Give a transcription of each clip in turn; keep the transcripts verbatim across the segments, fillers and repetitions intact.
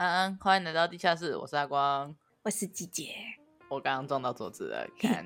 安安，欢迎来到地下室，我是阿光， 我是季姐。 我刚刚撞到桌子了，看，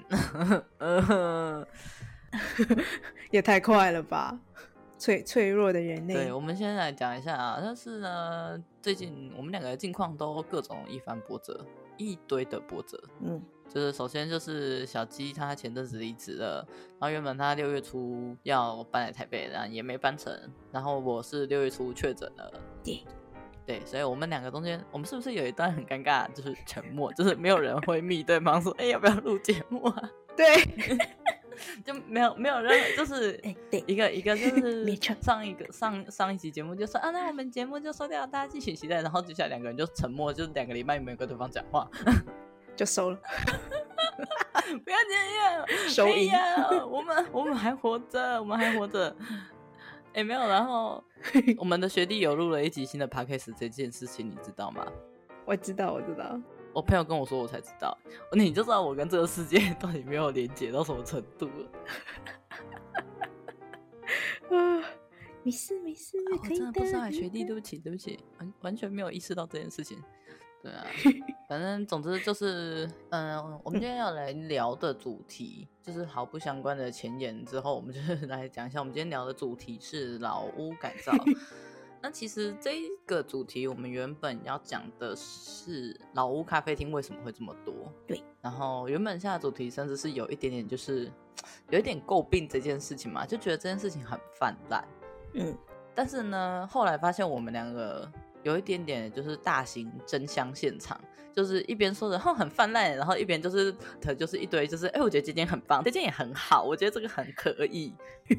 也太快了吧！脆脆弱的人类。 对，我们先来讲一下啊，但是呢，最近我们两个的近况都各种一番波折，一堆的波折。嗯，就是首先就是小鸡他前阵子离职了，然后原本他六月初要搬来台北，然后也没搬成，然后我是六月初确诊了。 对。 对，所以我们两个中间，我们是不是有一段很尴尬，就是沉默，就是没有人会密对方说，哎、欸，要不要录节目啊？ 对， 就没有没有任何，就是一个、欸、一个就是上一个上上一集节目就说啊，那我们节目就收掉，大家继续期待，然后接下来两个人就沉默，就是两个礼拜没有跟对方讲话， 就收了。 不要这样， 收音。 我们我们还活着，我们还活着。哎、欸，没有，然后我们的学弟有录了一集新的 podcast 这件事情，你知道吗？ 我知道，我知道。 我朋友跟我说，我才知道。你就知道我跟这个世界到底没有连结到什么程度了。 啊，没事没事， 哦、 可以的。 真的不知道，学弟，对不起对不起，完完全没有意识到这件事情。对啊，反正总之就是，嗯、呃，我们今天要来聊的主题就是毫不相关的前言，之后我们就是来讲一下，我们今天聊的主题是老屋改造。那其实这个主题我们原本要讲的是老屋咖啡厅为什么会这么多， 对， 然后原本下的主题甚至是有一点点就是有一点诟病这件事情嘛，就觉得这件事情很泛滥，嗯，但是呢后来发现我们两个有一点点就是大型真香现场，就是一边说着哼很泛滥，然后一边就是就是一堆就是哎、欸，我觉得这间很棒，这间也很好，我觉得这个很可以。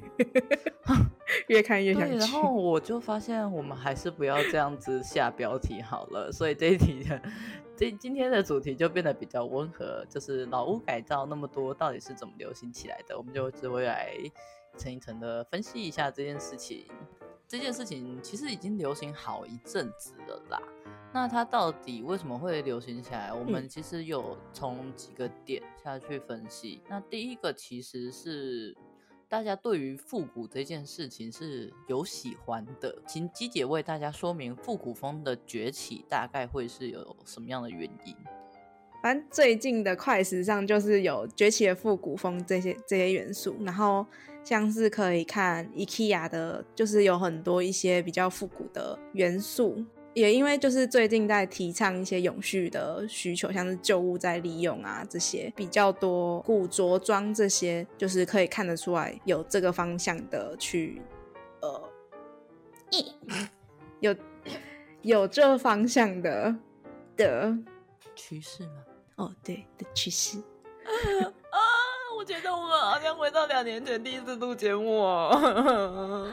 越看越想去。 对，然后我就发现我们还是不要这样子下标题好了，所以这一题的这今天的主题就变得比较温和，就是老屋改造那么多到底是怎么流行起来的，我们就只会来一层一层的分析一下这件事情。这件事情其实已经流行好一阵子了啦，那它到底为什么会流行起来？我们其实有从几个点下去分析。那第一个其实是大家对于复古这件事情是有喜欢的，请鸡姐为大家说明复古风的崛起大概会是有什么样的原因。 反正最近的快时尚就是有崛起的复古风这些这些元素，然后像是可以看 IKEA 的，就是有很多一些比较复古的元素，也因为就是最近在提倡一些永续的需求，像是旧物再利用啊，这些比较多古着装，这些就是可以看得出来有这个方向的去呃有有这方向的的趋势吗？ 哦，对的趋势。 啊，我觉得我们好像回到两年前第一次录节目哦。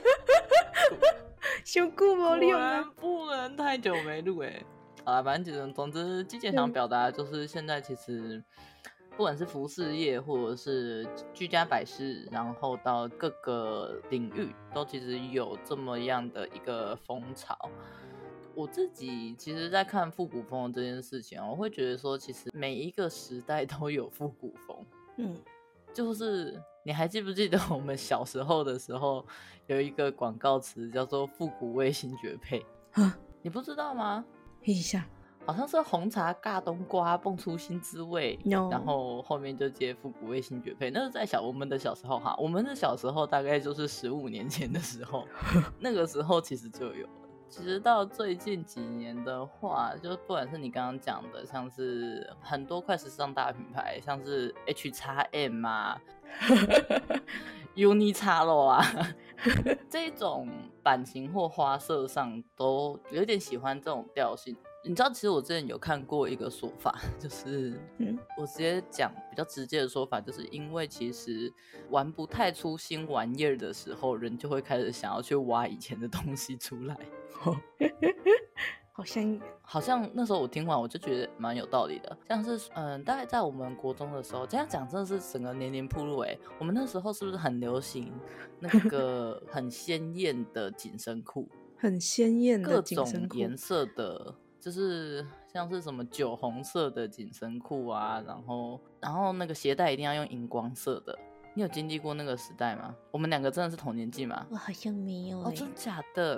修顾没用啊， 不能太久没录哎。好啦，反正总之，基建想表达就是现在其实不管是服饰业或者是居家摆饰，然后到各个领域都其实有这么样的一个风潮。我自己其实在看复古风的这件事情，我会觉得说其实每一个时代都有复古风。嗯，就是你还记不记得我们小时候的时候有一个广告词叫做复古味新绝配？你不知道吗？ 一下好像是红茶尬冬瓜蹦出新滋味、no. 然后后面就接复古味新绝配。那是在小我们的小时候哈，我们的小时候大概就是十五年前的时候那个时候其实就有了。其实到最近几年的话，就不管是你刚刚讲的，像是很多快时尚大品牌，像是 H and M 啊Uniqlo 啊这种版型或花色上都有点喜欢这种调性。你知道其实我之前有看过一个说法，就是我直接讲比较直接的说法，就是因为其实玩不太出新玩意儿的时候，人就会开始想要去挖以前的东西出来。 好像好像那时候我听完我就觉得蛮有道理的，像是嗯，大概在我们国中的时候，这样讲真的是整个年龄暴露欸。我们那时候是不是很流行那个很鲜艳的紧身裤？ 很鲜艳的紧身裤， 各种颜色的，就是像是什么酒红色的紧身裤啊，然后然后那个鞋带一定要用荧光色的。你有经历过那个时代吗？我们两个真的是同年纪吗？ 我好像没有、欸、 哦，真的假的？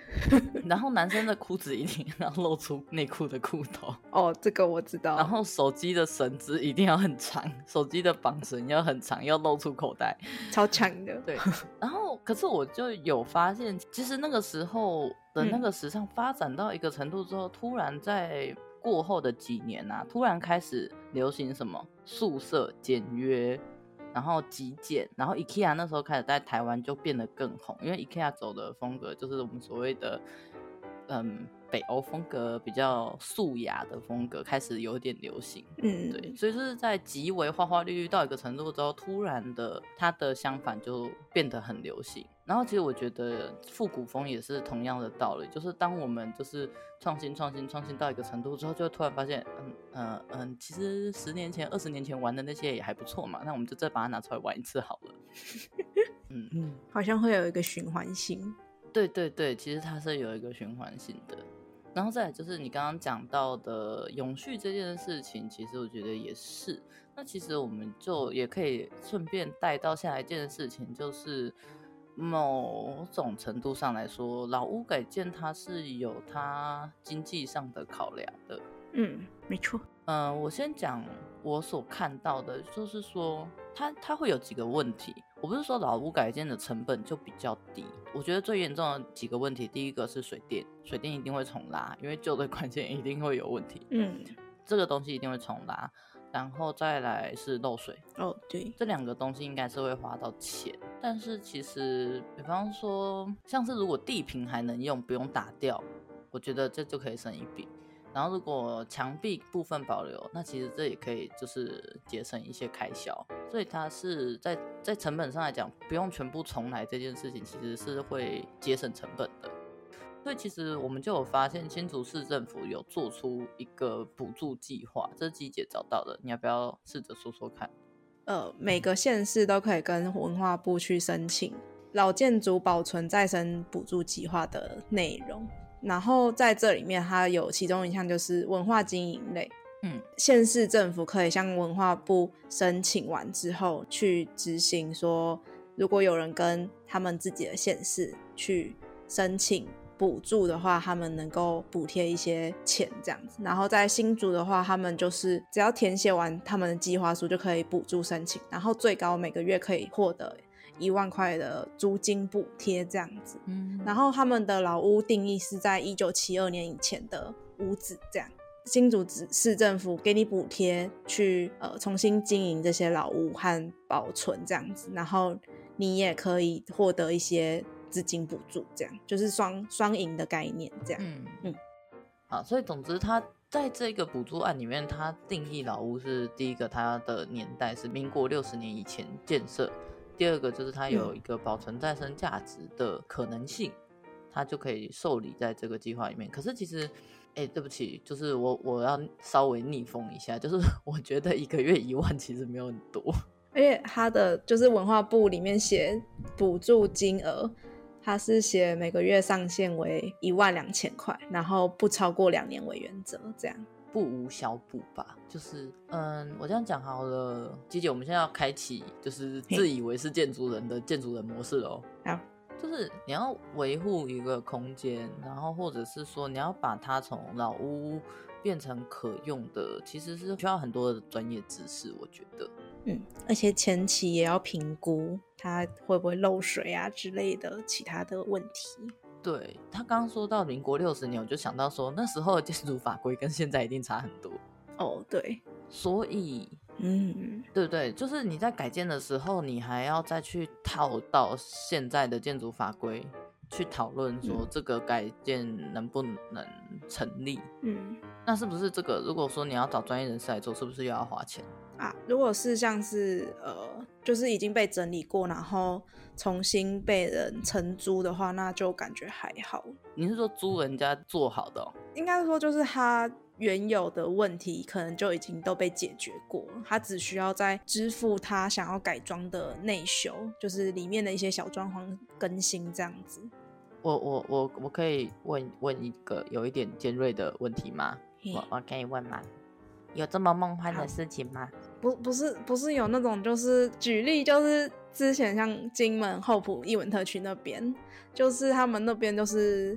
然后男生的裤子一定要露出内裤的裤头哦，这个我知道。 然后手机的绳子一定要很长，手机的绑绳要很长，要露出口袋， 超长的。 对，然后可是我就有发现，其实那个时候的那个时尚发展到一个程度之后，嗯、突然在过后的几年啊，突然开始流行什么素色简约，然后极简，然后 IKEA 那时候开始在台湾就变得更红，因为 IKEA 走的风格就是我们所谓的嗯北欧风格，比较素雅的风格开始有点流行。嗯，对，所以就是在极为花花绿绿到一个程度之后，突然的它的相反就变得很流行。然后其实我觉得复古风也是同样的道理，就是当我们就是创新创新创新到一个程度之后，就会突然发现嗯嗯嗯，其实十年前二十年前玩的那些也还不错嘛，那我们就再把它拿出来玩一次好了。嗯嗯， 好像会有一个循环性。 对对对，其实它是有一个循环性的。然后再来就是你刚刚讲到的永续这件事情，其实我觉得也是。那其实我们就也可以顺便带到下一件事情，就是某种程度上来说，老屋改建它是有它经济上的考量的。 嗯，没错。 嗯、呃，我先讲我所看到的，就是说它它会有几个问题。我不是说老屋改建的成本就比较低，我觉得最严重的几个问题，第一个是水电，水电一定会重拉，因为旧的管线一定会有问题， 嗯， 这个东西一定会重拉，然后再来是漏水。 哦，对， 这两个东西应该是会花到钱，但是其实比方说像是如果地坪还能用，不用打掉，我觉得这就可以省一笔。然后如果墙壁部分保留，那其实这也可以就是节省一些开销，所以它是在在成本上来讲，不用全部重来这件事情其实是会节省成本的。所以其实我们就有发现新竹市政府有做出一个补助计划，这是季姐找到的，你要不要试着说说看？ 呃，每个县市都可以跟文化部去申请老建筑保存再生补助计划的内容。然后在这里面它有其中一项就是文化经营类，嗯，县市政府可以向文化部申请完之后去执行，说如果有人跟他们自己的县市去申请补助的话，他们能够补贴一些钱这样子。然后在新竹的话，他们就是只要填写完他们的计划书就可以补助申请，然后最高每个月可以获得一万块的租金补贴这样子。嗯，然后他们的老屋定义是在一九七二年以前的屋子这样。新竹市政府给你补贴去呃重新经营这些老屋和保存这样子，然后你也可以获得一些资金补助，这样就是双双赢的概念这样。嗯嗯， 好，所以总之它在这个补助案里面，它定义老屋是第一个，它的年代是民国六十年以前建设。第二个就是它有一个保存再生价值的可能性，嗯、它就可以受理在这个计划里面。可是其实，哎，对不起，就是我我要稍微逆风一下，就是我觉得一个月一万其实没有很多， 而且它的就是文化部里面写补助金额，它是写每个月上限为一万两千块，然后不超过两年为原则，这样。 不无小补吧，就是嗯，我这样讲好了，姐姐，我们现在要开启就是自以为是建筑人的建筑人模式哦。 好， 就是你要维护一个空间，然后或者是说你要把它从老屋变成可用的，其实是需要很多的专业知识，我觉得。 嗯，而且前期也要评估它会不会漏水啊之类的其他的问题。 对，他刚刚说到民国六十年，我就想到说那时候的建筑法规跟现在一定差很多哦。对， 所以嗯，对不对？就是你在改建的时候，你还要再去套到现在的建筑法规去讨论说这个改建能不能成立。嗯，那是不是这个如果说你要找专业人士来做，是不是又要花钱啊？如果是像是呃，就是已经被整理过，然后重新被人承租的话，那就感觉还好。 你是说租人家做好的哦？ 应该说就是他原有的问题可能就已经都被解决过了，他只需要再支付他想要改装的内修，就是里面的一些小装潢更新这样子。 我我我我可以问问一个有一点尖锐的问题吗？我我可以问吗？有这么梦幻的事情吗？ 不不是不是有那种，就是举例，就是之前像金门后埔艺文特区那边，就是他们那边就是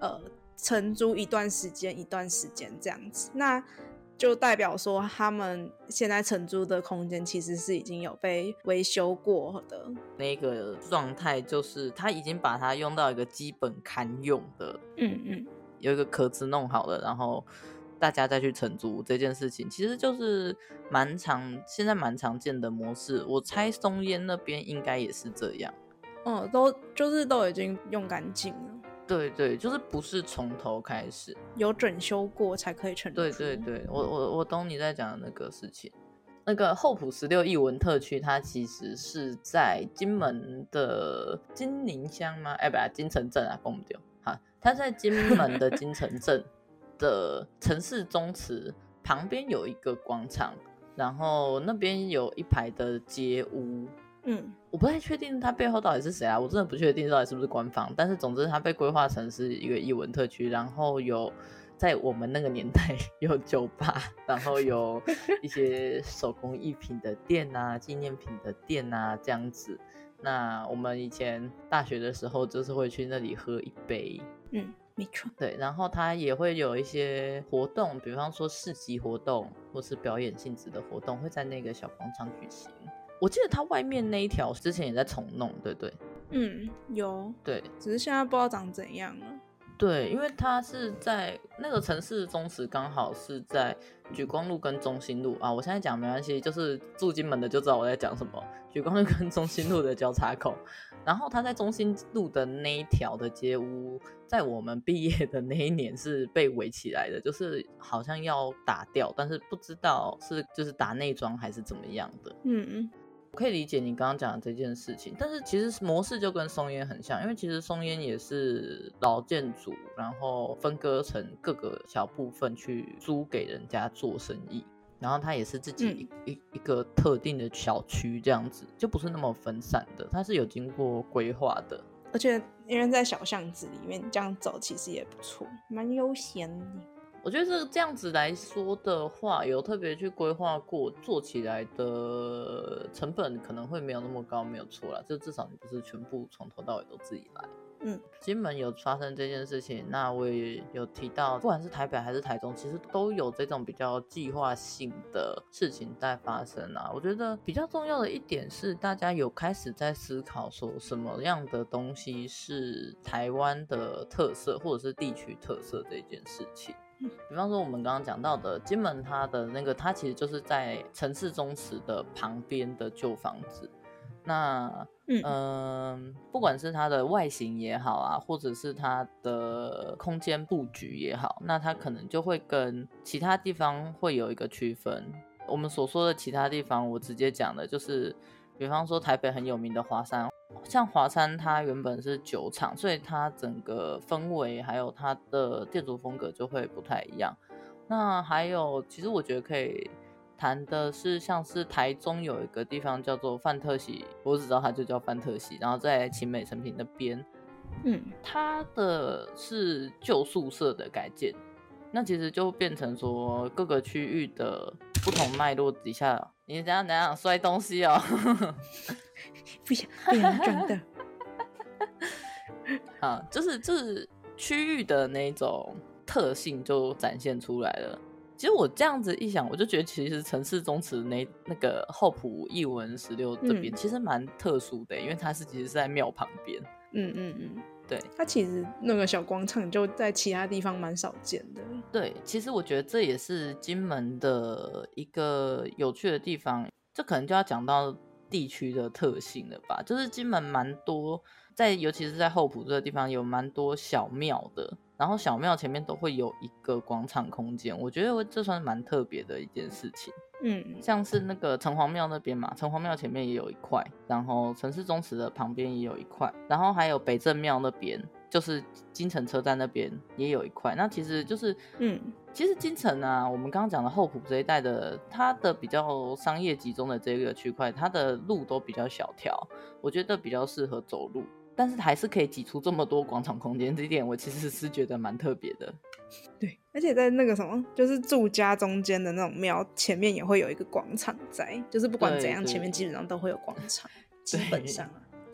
呃承租一段时间一段时间这样子，那就代表说他们现在承租的空间其实是已经有被维修过的。 那个状态就是他已经把它用到一个基本堪用的， 嗯嗯， 有一个壳子弄好了，然后大家再去承租这件事情，其实就是蛮常现在蛮常见的模式。我猜松烟那边应该也是这样。 哦，都就是都已经用干净了。 对对，就是不是从头开始， 有整修过才可以承租。 对对对，我我我懂你在讲的那个事情。那个后埔十六艺文特区，它其实是在金门的金宁乡吗？哎，不，金城镇啊，公不丢。好，它在金门的金城镇的城市宗祠旁边有一个广场，然后那边有一排的街屋。 嗯， 我不太确定它背后到底是谁啊，我真的不确定到底是不是官方，但是总之它被规划成是一个艺文特区，然后有在我们那个年代有酒吧，然后有一些手工艺品的店啊、纪念品的店啊这样子。那我们以前大学的时候就是会去那里喝一杯， 嗯，没错。 对，然后它也会有一些活动，比方说市集活动或是表演性质的活动会在那个小广场举行。我记得它外面那一条之前也在重弄，对不对？ 嗯，有。 对， 只是现在不知道长怎样了。 对，因为它是在那个城市宗祠，刚好是在莒光路跟中心路啊。我现在讲没关系，就是住金门的就知道我在讲什么。莒光路跟中心路的交叉口，然后它在中心路的那一条的街屋，在我们毕业的那一年是被围起来的，就是好像要打掉，但是不知道是就是打内装还是怎么样的。 嗯嗯。 我可以理解你刚刚讲的这件事情，但是其实模式就跟松烟很像，因为其实松烟也是老建筑，然后分割成各个小部分去租给人家做生意，然后它也是自己一、嗯、一, 一个特定的小区这样子，就不是那么分散的，它是有经过规划的。 而且因为在小巷子里面这样走其实也不错，蛮悠闲的。 我觉得这这样子来说的话，有特别去规划过，做起来的成本可能会没有那么高，没有错啦。就至少你不是全部从头到尾都自己来。 嗯， 金门有发生这件事情，那我也有提到，不管是台北还是台中，其实都有这种比较计划性的事情在发生啊。我觉得比较重要的一点是，大家有开始在思考说什么样的东西是台湾的特色，或者是地区特色这件事情。比方说我们刚刚讲到的金门，它的那个它其实就是在城市宗祠的旁边的旧房子。那嗯、呃，不管是它的外形也好啊，或者是它的空间布局也好，那它可能就会跟其他地方会有一个区分。我们所说的其他地方，我直接讲的就是比方说台北很有名的华山，像华山它原本是酒厂，所以它整个氛围还有它的建筑风格就会不太一样。那还有其实我觉得可以谈的是，像是台中有一个地方叫做范特喜，我只知道它就叫范特喜，然后在勤美成品那边，嗯，它的是旧宿舍的改建，那其实就变成说各个区域的不同脉络底下，你怎样怎样摔东西哦， 不想不想真的， 啊，就是就是区域的那种特性就展现出来了。其实我这样子一想，我就觉得其实城市宗祠那那个后埔艺文十六这边、嗯、其实蛮特殊的，因为它是其实是在庙旁边。 嗯嗯嗯， 对， 它其实那个小广场就在其他地方蛮少见的。 对，其实我觉得这也是金门的一个有趣的地方，这可能就要讲到地区的特性了吧。就是金门蛮多，在尤其是在后埔这个地方有蛮多小庙的。然后小庙前面都会有一个广场空间，我觉得这算是蛮特别的一件事情。嗯，像是那个城隍庙那边嘛，城隍庙前面也有一块，然后城市宗祠的旁边也有一块，然后还有北正庙那边，就是金城车站那边也有一块。那其实就是，嗯，其实金城啊，我们刚刚讲的后埔这一带的，它的比较商业集中的这个区块，它的路都比较小条，我觉得比较适合走路。但是还是可以挤出这么多广场空间，这一点我其实是觉得蛮特别的。 对，而且在那个什么，就是住家中间的那种庙前面也会有一个广场在，就是不管怎样，前面基本上都会有广场，基本上啊，对。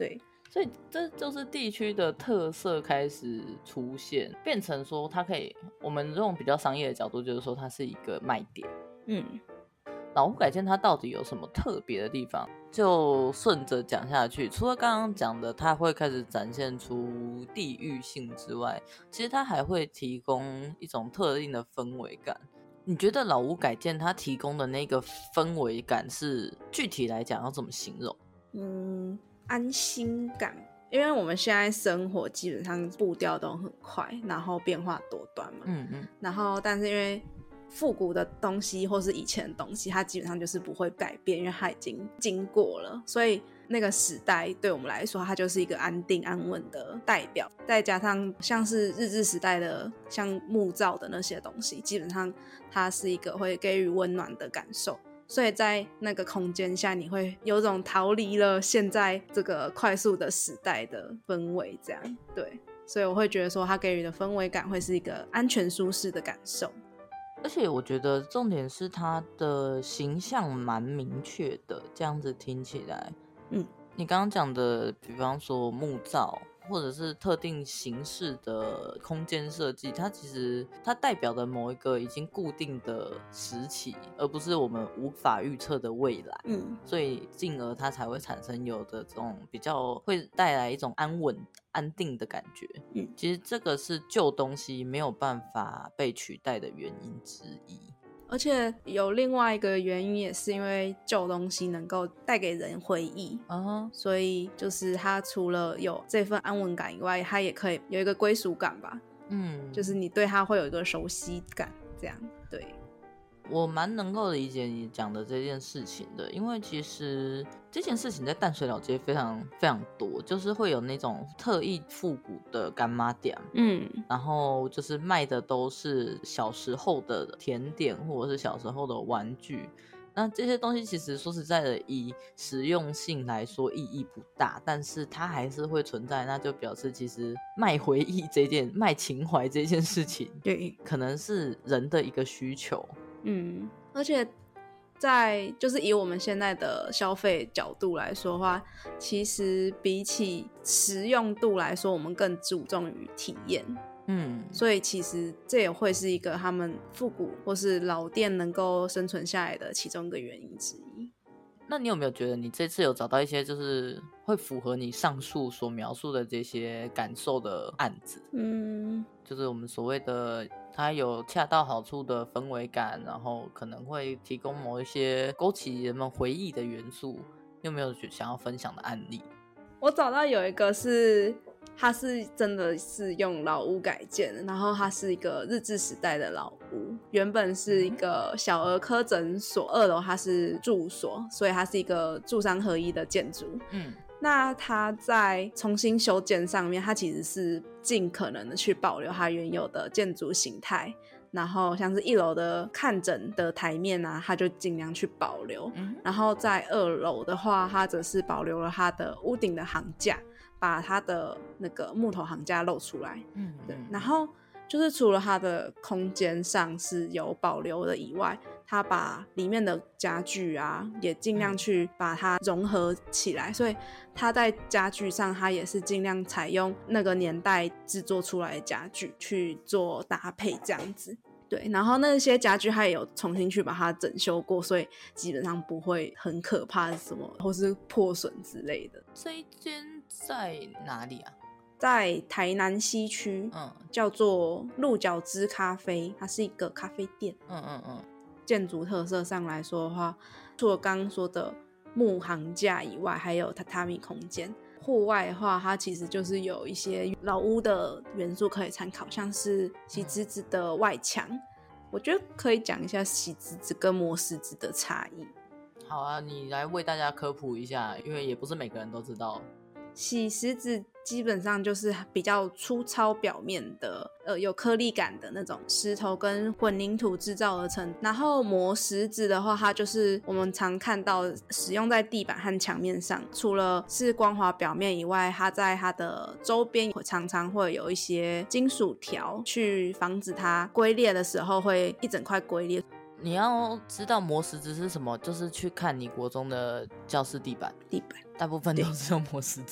所以这就是地区的特色开始出现，变成说它可以，我们用比较商业的角度，就是说它是一个卖点。 嗯， 老屋改建它到底有什么特别的地方？就顺着讲下去，除了刚刚讲的它会开始展现出地域性之外，其实它还会提供一种特定的氛围感。你觉得老屋改建它提供的那个氛围感是具体来讲要怎么形容？ 嗯，安心感，因为我们现在生活基本上步调都很快，然后变化多端嘛， 嗯嗯， 然后但是因为复古的东西或是以前的东西，它基本上就是不会改变，因为它已经经过了，所以那个时代对我们来说，它就是一个安定安稳的代表。再加上像是日治时代的像木造的那些东西，基本上它是一个会给予温暖的感受，所以在那个空间下，你会有种逃离了现在这个快速的时代的氛围，这样对。所以我会觉得说，它给予的氛围感会是一个安全舒适的感受。 而且我觉得重点是它的形象蛮明确的，这样子听起来， 嗯， 你刚刚讲的，比方说木造或者是特定形式的空间设计，它其实它代表的某一个已经固定的时期，而不是我们无法预测的未来。 嗯， 所以进而它才会产生有的这种比较会带来一种安稳安定的感觉。 嗯， 其实这个是旧东西没有办法被取代的原因之一。 而且有另外一个原因，也是因为旧东西能够带给人回忆， uh-huh. 所以就是它除了有这份安稳感以外，它也可以有一个归属感吧。嗯，就是你对它会有一个熟悉感，这样。对， 我蛮能够理解你讲的这件事情的，因为其实这件事情在淡水老街非常非常多，就是会有那种特意复古的干妈店，嗯，然后就是卖的都是小时候的甜点或者是小时候的玩具。那这些东西其实说实在的，以实用性来说意义不大，但是它还是会存在，那就表示其实卖回忆这件卖情怀这件事情，对，可能是人的一个需求。 嗯，而且在就是以我们现在的消费角度来说的话，其实比起实用度来说，我们更注重于体验。嗯，所以其实这也会是一个他们复古或是老店能够生存下来的其中一个原因之一。 那你有没有觉得你这次有找到一些就是会符合你上述所描述的这些感受的案子？嗯，就是我们所谓的它有恰到好处的氛围感，然后可能会提供某一些勾起人们回忆的元素，你有没有想要分享的案例？ 我找到有一个是它是真的是用老屋改建的，然后它是一个日治时代的老屋，原本是一个小儿科诊所，二楼它是住所，所以它是一个住商合一的建筑。嗯，那它在重新修建上面，它其实是尽可能的去保留它原有的建筑形态，然后像是一楼的看诊的台面啊，它就尽量去保留。嗯，然后在二楼的话，它则是保留了它的屋顶的行架，把它的那个木头行架露出来。嗯，对。然后就是除了它的空间上是有保留的以外，它把里面的家具啊也尽量去把它融合起来，所以它在家具上它也是尽量采用那个年代制作出来的家具去做搭配这样子。对，然后那些家具它也有重新去把它整修过，所以基本上不会很可怕什么或是破损之类的。 这一间在哪里啊？ 在台南西区，嗯，叫做鹿角汁咖啡，它是一个咖啡店。嗯嗯嗯。建筑特色上来说的话，除了刚刚说的木行架以外，还有榻榻米空间。户外的话，它其实就是有一些老屋的元素可以参考，像是喜之子的外墙。我觉得可以讲一下喜之子跟磨石子的差异。 好啊，你来为大家科普一下，因为也不是每个人都知道。 洗石子基本上就是比较粗糙表面的，呃，有颗粒感的那种石头跟混凝土制造而成。然后磨石子的话，它就是我们常看到使用在地板和墙面上，除了是光滑表面以外，它在它的周边常常会有一些金属条，去防止它龟裂的时候会一整块龟裂。 你要知道磨石子是什么，就是去看你国中的教室地板， 地板大部分都是用磨石子。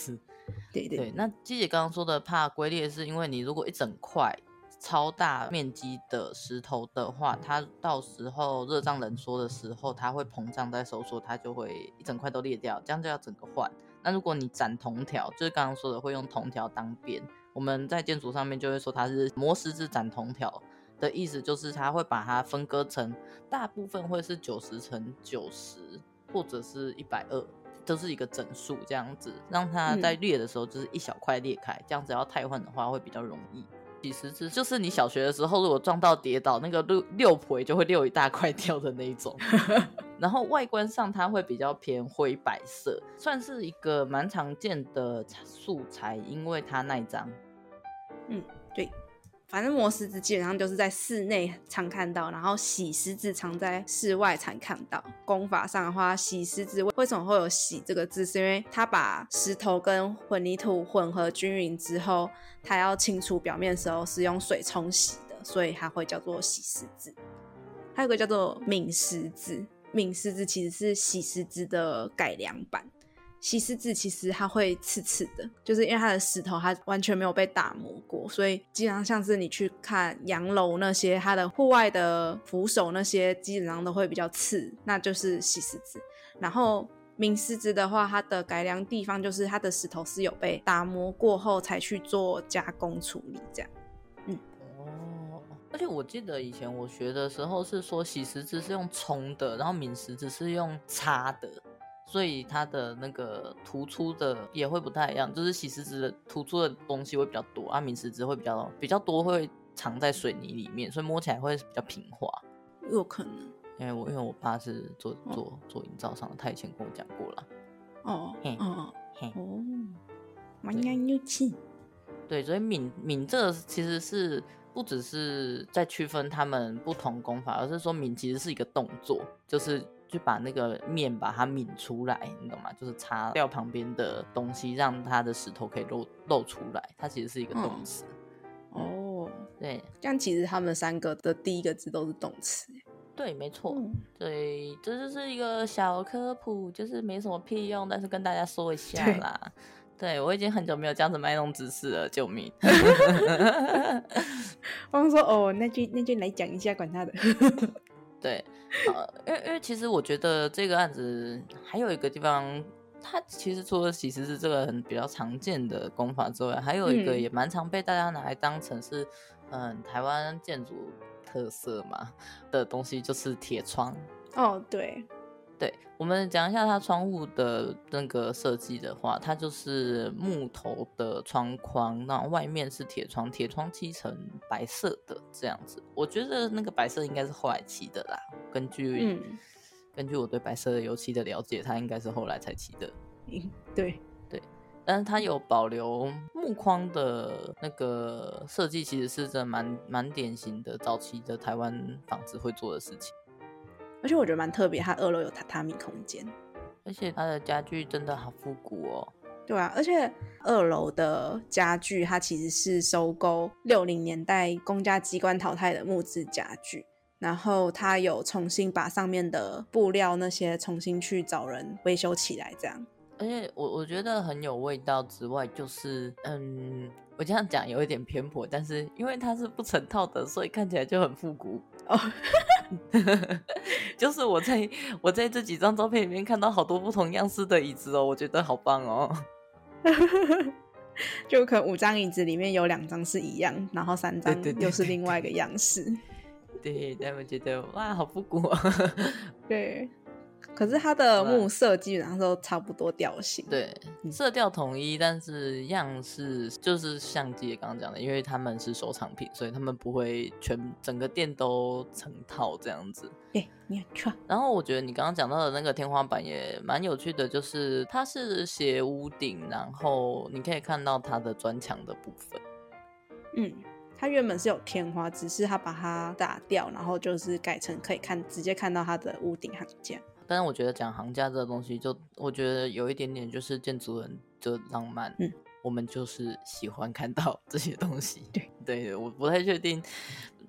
对对对，那季姐刚刚说的怕龟裂，是因为你如果一整块超大面积的石头的话，它到时候热胀冷缩的时候，它会膨胀再收缩，它就会一整块都裂掉，这样就要整个换。那如果你斩铜条，就是刚刚说的会用铜条当边，我们在建筑上面就会说它是磨石子斩铜条的意思，就是它会把它分割成大部分会是九十乘九十或者是一百二。都是一个整数这样子，让它在裂的时候就是一小块裂开，嗯、这样子要汰换的话会比较容易。洗石子就是你小学的时候如果撞到跌倒，那个六六婆就会溜一大块掉的那一种。然后外观上它会比较偏灰白色，算是一个蛮常见的素材，因为它耐脏。 嗯，对。反正磨石子基本上就是在室内常看到，然后洗石子常在室外常看到。工法上的话，洗石子为什么会有洗这个字，是因为它把石头跟混凝土混合均匀之后，它要清除表面的时候是用水冲洗的，所以它会叫做洗石子。还有一个叫做抿石子，抿石子其实是洗石子的改良版。洗石子其实它会刺刺的，就是因为它的石头它完全没有被打磨过，所以基本上像是你去看洋楼那些它的户外的扶手那些基本上都会比较刺，那就是洗石子。然后抿石子的话，它的改良地方就是它的石头是有被打磨过后才去做加工处理这样。嗯， 哦，而且我记得以前我学的时候是说洗石子是用冲的，然后抿石子是用擦的，所以它的那个突出的也会不太一样，就是洗石子的突出的东西会比较多，啊，抿石子会比较比较多，会藏在水泥里面，所以摸起来会比较平滑。 有可能， 因为我因为我爸是做做做营造商的，他以前跟我讲过啦。 哦，嘿，哦， 嘿， 哦，蛮有趣。 对，所以抿抿这个其实是不只是在区分他们不同工法，而是说抿其实是一个动作，就是去把那个面把它抿出来，你懂吗？就是擦掉旁边的东西，让它的石头可以露露出来，它其实是一个动词。 哦，哦对， 这样其实他们三个的第一个字都是动词。 对，没错。 嗯、 对，这就是一个小科普，就是没什么屁用，但是跟大家说一下啦。对, 对我已经很久没有这样子卖弄知识了，救命！ 我刚说哦，那就那就来讲一下，管他的。 对，呃，因为因为其实我觉得这个案子还有一个地方，它其实除了洗石子这个很比较常见的工法之外，还有一个也蛮常被大家拿来当成是嗯台湾建筑特色嘛的东西，就是铁窗。 哦，对。 对，我们讲一下它窗户的那个设计的话，它就是木头的窗框，那外面是铁窗，铁窗漆成白色的这样子。我觉得那个白色应该是后来漆的啦，根据、嗯、根据我对白色的油漆的了解，它应该是后来才漆的。 嗯，对对，但是它有保留木框的那个设计，其实是真的蛮蛮典型的早期的台湾房子会做的事情。 而且我觉得蛮特别，它二楼有榻榻米空间， 而且它的家具真的好复古哦。 对啊，而且二楼的家具它其实是收购六零年代公家机关淘汰的木质家具，然后它有重新把上面的布料那些重新去找人维修起来这样。 而且我我觉得很有味道之外，就是嗯，我这样讲有一点偏颇，但是因为它是不成套的，所以看起来就很复古哦。就是我在我在这几张照片里面看到好多不同样式的椅子哦，我觉得好棒哦。 就可能五张椅子里面有两张是一样，然后三张又是另外一个样式。 对，但我觉得哇，好复古哦。 对。可是它的木色基本上都差不多调性， 对，色调统一，但是样式就是像姐刚刚讲的，因为他们是收藏品，所以他们不会全整个店都成套这样子。 对，你很错。 然后我觉得你刚刚讲到的那个天花板也蛮有趣的，就是它是斜屋顶，然后你可以看到它的砖墙的部分。 嗯。它原本是有天花，只是它把它打掉，然后就是改成可以看直接看到它的屋顶行架。 但是我觉得讲行架这个东西就，就我觉得有一点点就是建筑人就浪漫，嗯，我们就是喜欢看到这些东西。 对对，我不太确定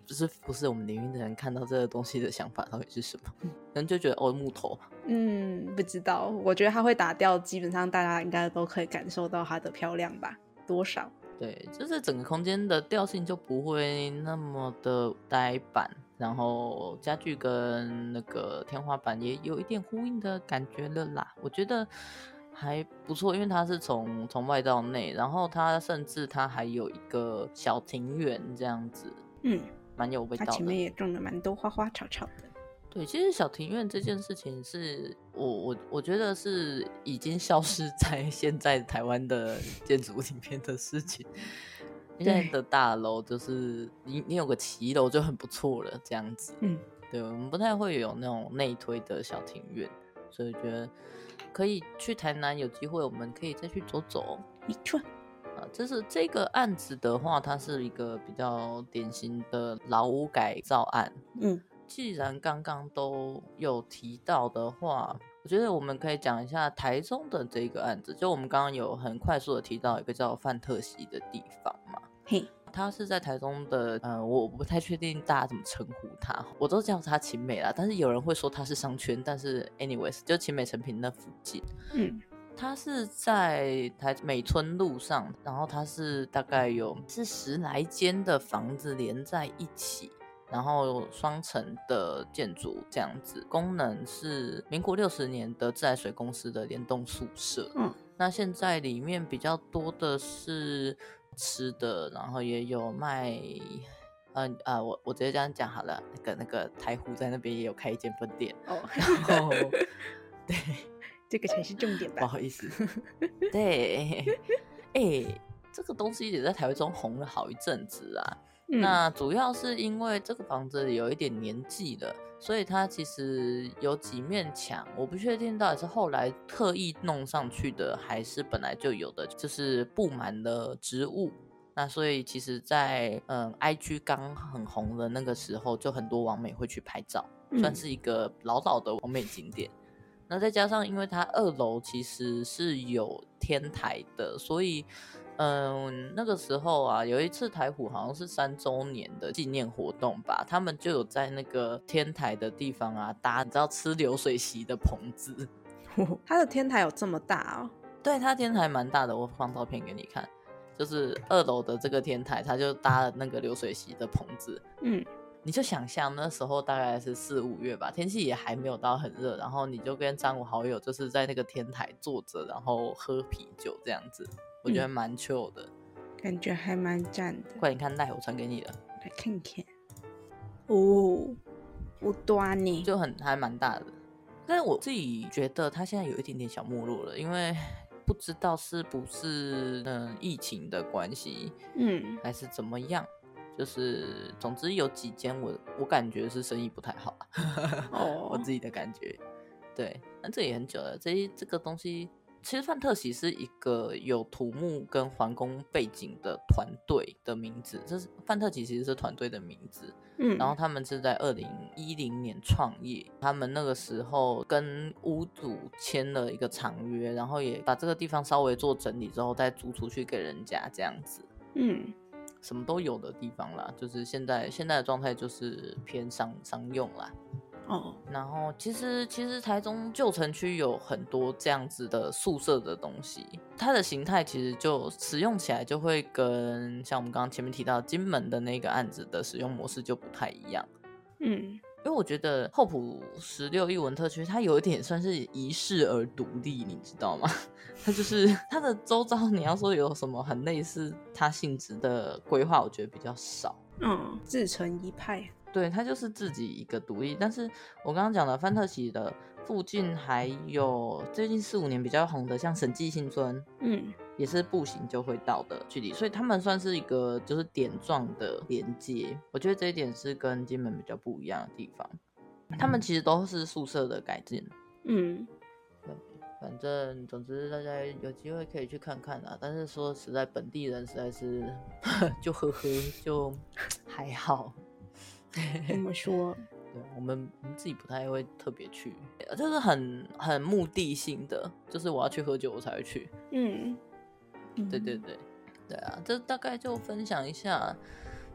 是不是我们领域的人看到这个东西的想法到底是什么？可能就觉得哦木头。 嗯，不知道，我觉得它会打掉，基本上大家应该都可以感受到它的漂亮吧，多少。 对，就是整个空间的调性就不会那么的呆板，然后家具跟那个天花板也有一点呼应的感觉了啦，我觉得还不错，因为它是从从外到内，然后它甚至它还有一个小庭院这样子， 嗯， 蛮有味道的。 它前面也种了蛮多花花草草的。 对，其实小庭院这件事情是我我我觉得是已经消失在现在台湾的建筑里面的事情。现在的大楼就是你你有个骑楼就很不错了，这样子。 嗯， 对，我们不太会有那种内推的小庭院，所以觉得可以去台南，有机会我们可以再去走走。 没错。 啊，就是这个案子的话，它是一个比较典型的老屋改造案。 嗯。 既然刚刚都有提到的话，我觉得我们可以讲一下台中的这个案子。就我们刚刚有很快速的提到一个叫范特西的地方嘛， 嘿， 它是在台中的，呃，我不太确定大家怎么称呼它，我都叫它勤美啦。但是有人会说它是商圈，但是 anyways 就勤美成品那附近。 嗯， 它是在台美村路上，然后它是大概有是十来间的房子连在一起。然后双层的建筑这样子，功能是民国六十年的自来水公司的联动宿舍。 嗯， 那现在里面比较多的是吃的，然后也有卖，嗯啊，我我直接这样讲好了，那个那个台湖在那边也有开一间分店。 哦， 然后对， 这个才是重点吧？ 不好意思，对，哎、欸，这个东西也在台中红了好一阵子啊。嗯、那主要是因为这个房子有一点年纪了，所以它其实有几面墙，我不确定到底是后来特意弄上去的，还是本来就有的，就是布满了植物。那所以其实在嗯 I G 刚很红的那个时候，就很多网美会去拍照，算是一个老老的网美景点。嗯、那再加上因为它二楼其实是有天台的，所以嗯，那个时候啊，有一次台虎好像是三周年的纪念活动吧，他们就有在那个天台的地方啊搭，你知道吃流水席的棚子。 它的天台有这么大哦？ 对，它天台蛮大的，我放照片给你看。就是二楼的这个天台，它就搭了那个流水席的棚子。嗯，你就想象那时候大概是四五月吧，天气也还没有到很热，然后你就跟三五好友就是在那个天台坐着，然后喝啤酒这样子。我觉得蛮 chill 的、 嗯，感觉还蛮赞的。 快点看赖，我传给你了， 来看看。哦，不端呢， 就很还蛮大的。但是我自己觉得它现在有一点点小没落了，因为不知道是不是嗯疫情的关系，嗯，还是怎么样。就是总之有几间我我感觉是生意不太好哦，我自己的感觉。对，那这也很久了，这这个东西。其实范特喜是一个有土木跟环工背景的团队的名字，这是范特喜其实是团队的名字。嗯，然后他们是在二零一零年创业，他们那个时候跟屋主签了一个长约，然后也把这个地方稍微做整理之后再租出去给人家这样子。嗯，什么都有的地方啦，就是现在现在的状态就是偏商商用啦。哦，然后其实其实台中旧城区有很多这样子的宿舍的东西，它的形态其实就使用起来就会跟像我们刚刚前面提到金门的那个案子的使用模式就不太一样。嗯，因为我觉得后埔十六艺文特区它有一点算是遗世而独立，你知道吗？它就是它的周遭你要说有什么很类似它性质的规划，我觉得比较少。嗯， 自成一派。 对，它就是自己一个独立，但是我刚刚讲的范特喜的附近还有最近四五年比较红的像审计新村，嗯，也是步行就会到的距离，所以他们算是一个就是点状的连接，我觉得这一点是跟金门比较不一样的地方。他们其实都是宿舍的改建，嗯，对，反正总之大家有机会可以去看看啊，但是说实在本地人实在是就呵呵就还好。 怎么说？ 对，我们我们自己不太会特别去，就是很很目的性的，就是我要去喝酒我才会去。嗯，对对对对啊，这大概就分享一下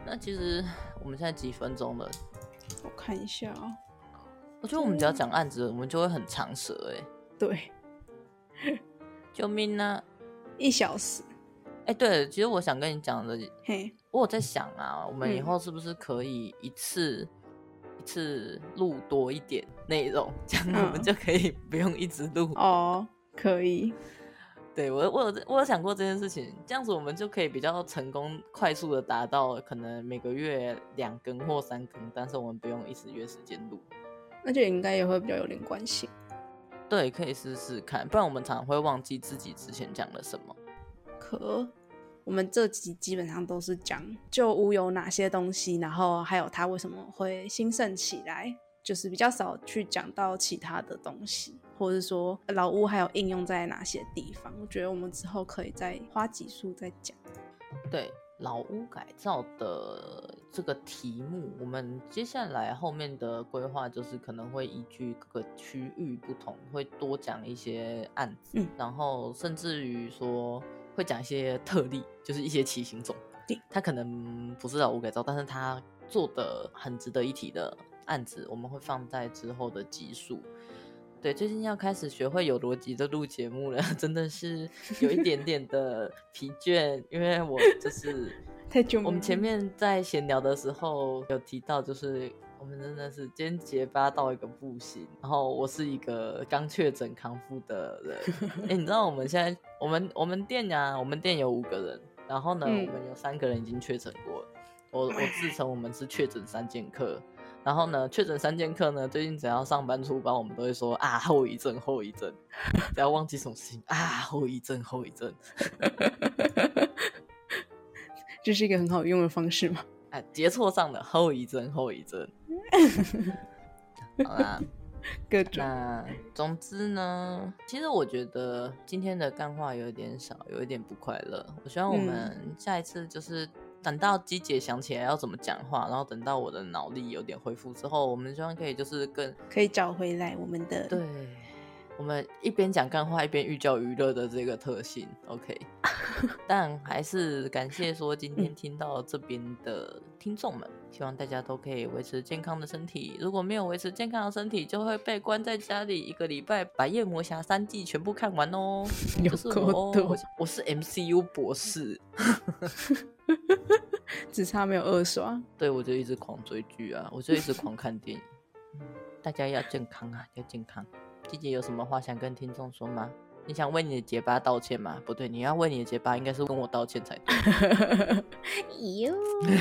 那其实我们现在几分钟了？ 我看一下哦。 我觉得我们只要讲案子，我们就会很长舌哎、欸。 对， 救命啊！ 一小时。 哎、欸，对，其实我想跟你讲的， 嘿， 我有在想啊，我们以后是不是可以一次、嗯、一次录多一点内容，这样我们就可以不用一直录、 嗯、哦，可以。 对，我我有我有想过这件事情，这样子我们就可以比较成功、快速的达到可能每个月两更或三更，但是我们不用一直约时间录， 那就应该也会比较有连贯性。 对，可以试试看，不然我们常常会忘记自己之前讲了什么。 可我们这集基本上都是讲旧屋有哪些东西，然后还有它为什么会兴盛起来，就是比较少去讲到其他的东西，或者说老屋还有应用在哪些地方。我觉得我们之后可以再花集数再讲。 对，老屋改造的这个题目，我们接下来后面的规划就是可能会依据各个区域不同，会多讲一些案子，嗯、然后甚至于说会讲一些特例，就是一些奇形种。他可能不是老屋改造，但是他做的很值得一提的案子，我们会放在之后的集数。对，最近要开始学会有逻辑的录节目了，真的是有一点点的疲倦，因为我就是太久没。 我们前面在闲聊的时候有提到，就是我们真的是今天结巴到一个不行，然后我是一个刚确诊康复的人。哎，你知道我们现在我们我们店啊，我们店有五个人，然后呢，嗯、我们有三个人已经确诊过了。我我自称我们是确诊三剑客。然后呢，确诊三剑客呢，最近只要上班出班，我们都会说啊，后遗症，后遗症，不要忘记什么事情啊，后遗症，后遗症。 这是一个很好用的方式吗？ 啊，节错上的后遗症，后遗症。好啦， 各种。 那总之呢，其实我觉得今天的干话有点少，有一点不快乐。我希望我们下一次就是等到鸡姐想起来要怎么讲话，然后等到我的脑力有点恢复之后，我们希望可以就是更可以找回来我们的， 对，我们一边讲干话一边寓教于乐的这个特性 OK。 但还是感谢说今天听到这边的听众们、嗯、希望大家都可以维持健康的身体，如果没有维持健康的身体就会被关在家里一个礼拜，把夜魔侠三季全部看完哦。就是我、哦、我是 M C U 博士。 只差没有二刷。 对，我就一直狂追剧啊，我就一直狂看电影。大家要健康啊，要健康。季姐有什么话想跟听众说吗？你想为你的结巴道歉吗？不对，你要为你的结巴应该是跟我道歉才对。 哟，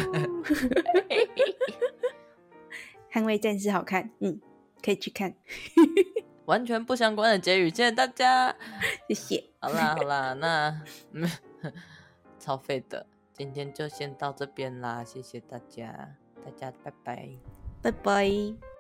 捍卫战士好看，嗯，可以去看。 完全不相关的结语，谢谢大家， 谢谢。 好啦好啦，那嗯，超废的，今天就先到这边啦，谢谢大家，大家拜拜， 拜拜。